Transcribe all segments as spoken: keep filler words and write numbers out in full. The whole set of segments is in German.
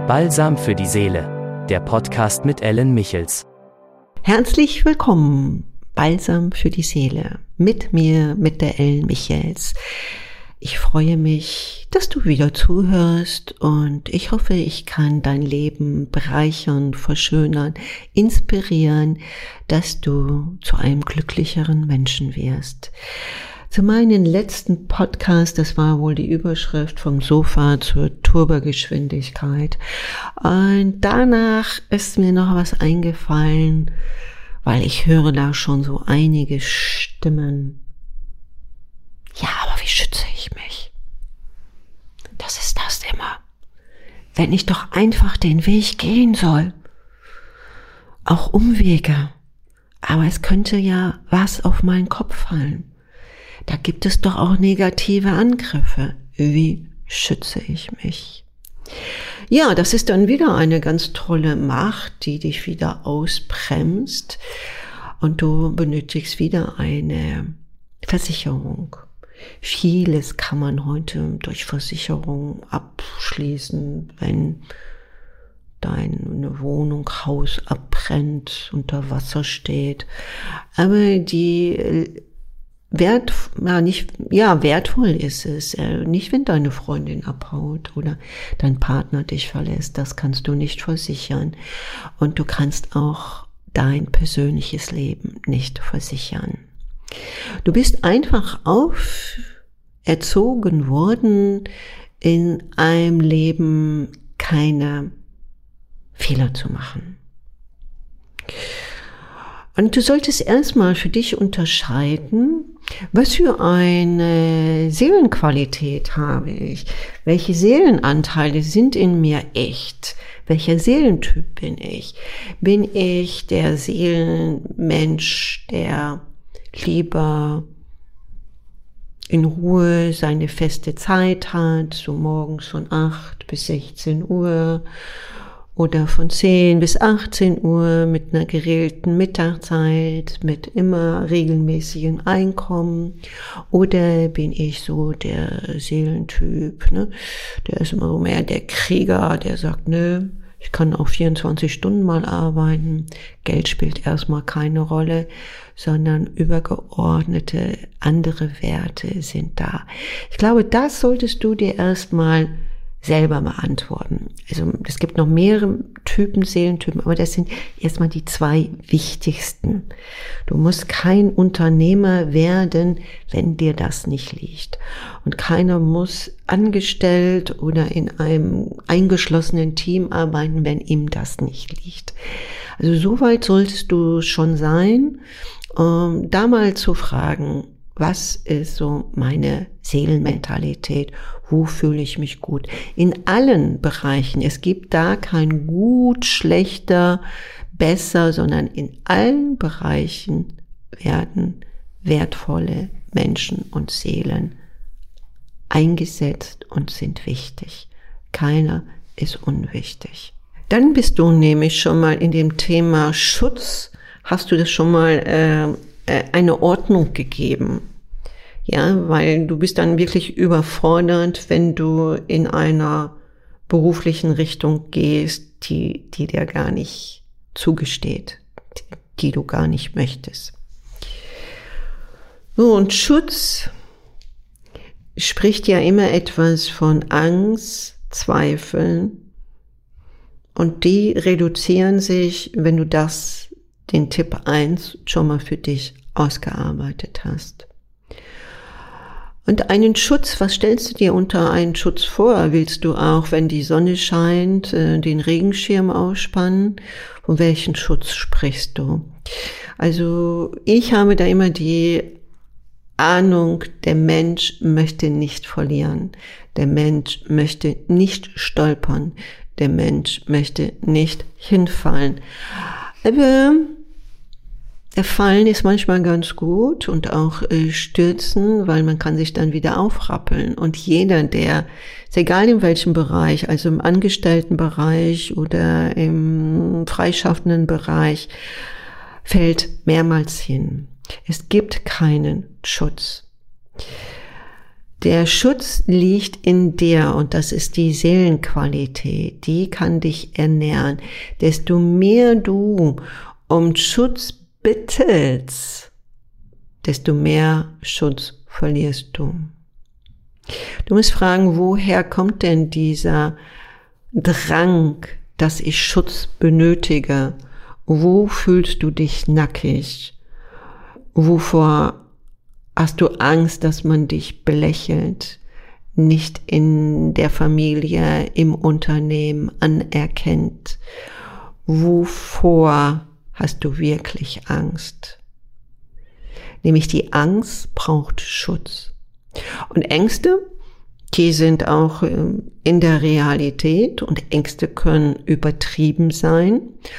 Balsam für die Seele, der Podcast mit Ellen Michels. Herzlich willkommen, Balsam für die Seele, mit mir, mit der Ellen Michels. Ich freue mich, dass du wieder zuhörst und ich hoffe, ich kann dein Leben bereichern, verschönern, inspirieren, dass du zu einem glücklicheren Menschen wirst. Zu meinem letzten Podcast, das war wohl die Überschrift vom Sofa zur Turbogeschwindigkeit. Und danach ist mir noch was eingefallen, weil ich höre da schon so einige Stimmen. Ja, aber wie schütze ich mich? Das ist das immer. Wenn ich doch einfach den Weg gehen soll. Auch Umwege. Aber es könnte ja was auf meinen Kopf fallen. Da gibt es doch auch negative Angriffe. Wie schütze ich mich? Ja, das ist dann wieder eine ganz tolle Macht, die dich wieder ausbremst und du benötigst wieder eine Versicherung. Vieles kann man heute durch Versicherung abschließen, wenn deine Wohnung, Haus abbrennt, unter Wasser steht. Aber die Wert, ja, nicht, ja, wertvoll ist es, äh, nicht wenn deine Freundin abhaut oder dein Partner dich verlässt, das kannst du nicht versichern. Und du kannst auch dein persönliches Leben nicht versichern. Du bist einfach auferzogen worden, in einem Leben keine Fehler zu machen. Und du solltest erstmal für dich unterscheiden, was für eine Seelenqualität habe ich? Welche Seelenanteile sind in mir echt? Welcher Seelentyp bin ich? Bin ich der Seelenmensch, der lieber in Ruhe seine feste Zeit hat, so morgens von acht bis sechzehn Uhr? Oder von zehn bis achtzehn Uhr mit einer geregelten Mittagszeit, mit immer regelmäßigem Einkommen? Oder bin ich so der Seelentyp, ne? Der ist immer so mehr der Krieger, der sagt, nö, ich kann auch vierundzwanzig Stunden mal arbeiten. Geld spielt erstmal keine Rolle, sondern übergeordnete andere Werte sind da. Ich glaube, das solltest du dir erstmal selber beantworten. Also es gibt noch mehrere Typen, Seelentypen, aber das sind erstmal die zwei wichtigsten. Du musst kein Unternehmer werden, wenn dir das nicht liegt. Und keiner muss angestellt oder in einem eingeschlossenen Team arbeiten, wenn ihm das nicht liegt. Also soweit solltest du schon sein, um da mal zu fragen, was ist so meine Seelenmentalität? Wo fühle ich mich gut? In allen Bereichen. Es gibt da kein gut, schlechter, besser, sondern in allen Bereichen werden wertvolle Menschen und Seelen eingesetzt und sind wichtig. Keiner ist unwichtig. Dann bist du nämlich schon mal in dem Thema Schutz. Hast du das schon mal äh, eine Ordnung gegeben? Ja, weil du bist dann wirklich überfordert, wenn du in einer beruflichen Richtung gehst, die, die dir gar nicht zugesteht, die, die du gar nicht möchtest. So, und Schutz spricht ja immer etwas von Angst, Zweifeln, und die reduzieren sich, wenn du das, den Tipp eins, schon mal für dich ausgearbeitet hast. Und einen Schutz, was stellst du dir unter einen Schutz vor? Willst du auch, wenn die Sonne scheint, den Regenschirm ausspannen? Von welchem Schutz sprichst du? Also ich habe da immer die Ahnung, der Mensch möchte nicht verlieren. Der Mensch möchte nicht stolpern. Der Mensch möchte nicht hinfallen. Aber Fallen ist manchmal ganz gut und auch äh, stürzen, weil man kann sich dann wieder aufrappeln. Und jeder, der, ist egal in welchem Bereich, also im Angestelltenbereich oder im freischaffenden Bereich, fällt mehrmals hin. Es gibt keinen Schutz. Der Schutz liegt in dir und das ist die Seelenqualität, die kann dich ernähren. Desto mehr du um Schutz bittest, desto mehr Schutz verlierst du. Du musst fragen, woher kommt denn dieser Drang, dass ich Schutz benötige? Wo fühlst du dich nackig? Wovor hast du Angst, dass man dich belächelt, nicht in der Familie, im Unternehmen anerkennt? Wovor hast du wirklich Angst? Nämlich die Angst braucht Schutz. Und Ängste, die sind auch in der Realität und Ängste können übertrieben sein,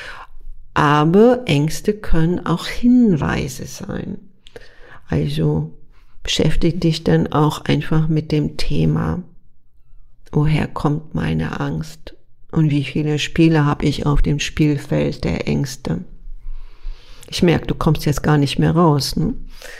aber Ängste können auch Hinweise sein. Also beschäftige dich dann auch einfach mit dem Thema, woher kommt meine Angst und wie viele Spiele habe ich auf dem Spielfeld der Ängste. Ich merke, du kommst jetzt gar nicht mehr raus. Ne?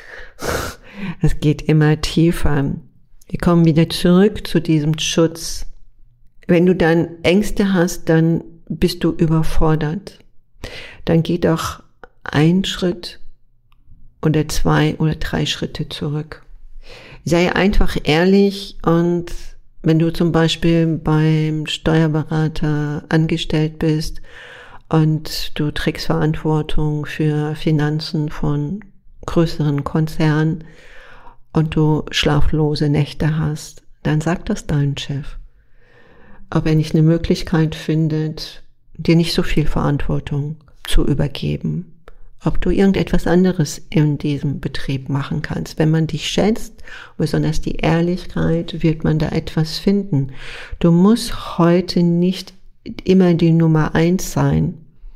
Es geht immer tiefer. Wir kommen wieder zurück zu diesem Schutz. Wenn du dann Ängste hast, dann bist du überfordert. Dann geh doch einen Schritt oder zwei oder drei Schritte zurück. Sei einfach ehrlich und wenn du zum Beispiel beim Steuerberater angestellt bist und du trägst Verantwortung für Finanzen von größeren Konzernen und du schlaflose Nächte hast, dann sag das deinem Chef. Ob er nicht eine Möglichkeit findet, dir nicht so viel Verantwortung zu übergeben. Ob du irgendetwas anderes in diesem Betrieb machen kannst. Wenn man dich schätzt, besonders die Ehrlichkeit, wird man da etwas finden. Du musst heute nicht immer die Nummer eins sein.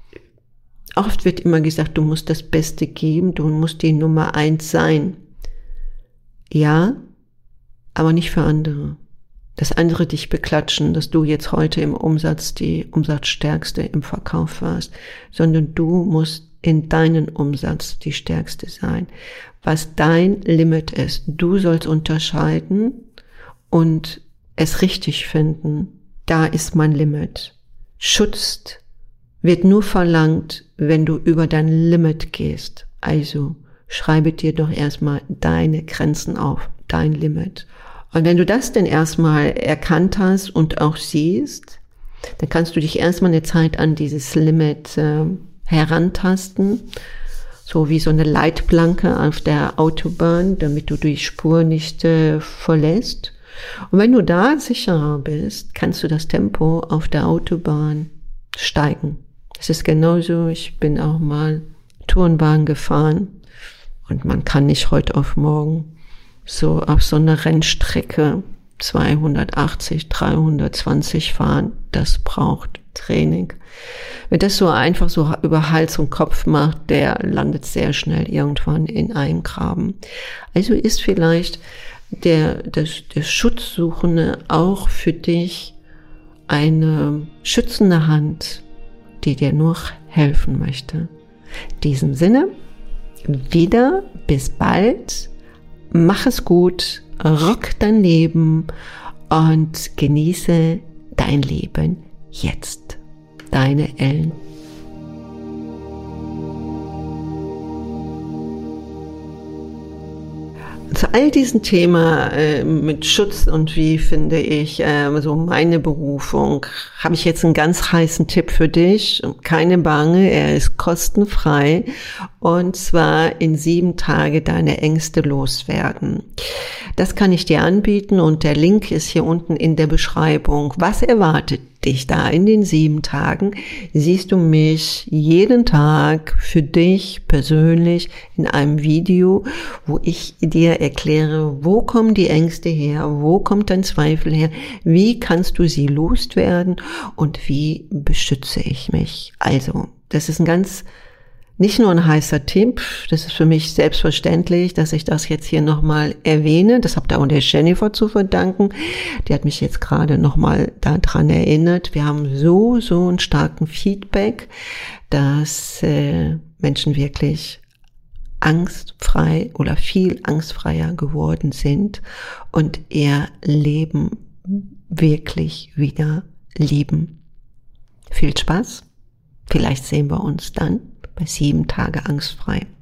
Oft wird immer gesagt, du musst das Beste geben, du musst die Nummer eins sein. Ja, aber nicht für andere. Dass andere dich beklatschen, dass du jetzt heute im Umsatz die Umsatzstärkste im Verkauf warst, sondern du musst in deinen Umsatz die Stärkste sein. Was dein Limit ist, du sollst unterscheiden und es richtig finden. Da ist mein Limit. Schutz wird nur verlangt, wenn du über dein Limit gehst. Also schreibe dir doch erstmal deine Grenzen auf, dein Limit. Und wenn du das denn erstmal erkannt hast und auch siehst, dann kannst du dich erstmal eine Zeit an dieses Limit äh, herantasten, so wie so eine Leitplanke auf der Autobahn, damit du die Spur nicht äh, verlässt. Und wenn du da sicherer bist, kannst du das Tempo auf der Autobahn steigen. Das ist genauso, ich bin auch mal Tourenbahn gefahren und man kann nicht heute auf morgen so auf so einer Rennstrecke zweihundertachtzig, dreihundertzwanzig fahren. Das braucht Training. Wer das so einfach so über Hals und Kopf macht, der landet sehr schnell irgendwann in einem Graben. Also ist vielleicht der, der, der Schutzsuchende auch für dich eine schützende Hand, die dir nur helfen möchte. In diesem Sinne, wieder bis bald. Mach es gut, rock dein Leben und genieße dein Leben jetzt. Deine Ellen. Zu all diesem Thema äh, mit Schutz und wie finde ich äh, so meine Berufung, habe ich jetzt einen ganz heißen Tipp für dich. Keine Bange, er ist kostenfrei und zwar in sieben Tage deine Ängste loswerden. Das kann ich dir anbieten und der Link ist hier unten in der Beschreibung. Was erwartet dich da in den sieben Tagen? Siehst du mich jeden Tag für dich persönlich in einem Video, wo ich dir erkläre, wo kommen die Ängste her, wo kommt dein Zweifel her, wie kannst du sie loswerden und wie beschütze ich mich. Also, das ist ein ganz Nicht nur ein heißer Tipp, das ist für mich selbstverständlich, dass ich das jetzt hier nochmal erwähne. Das habt ihr auch der Jennifer zu verdanken. Die hat mich jetzt gerade nochmal daran erinnert. Wir haben so, so einen starken Feedback, dass äh, Menschen wirklich angstfrei oder viel angstfreier geworden sind und ihr Leben wirklich wieder lieben. Viel Spaß. Vielleicht sehen wir uns dann bei sieben Tage angstfrei.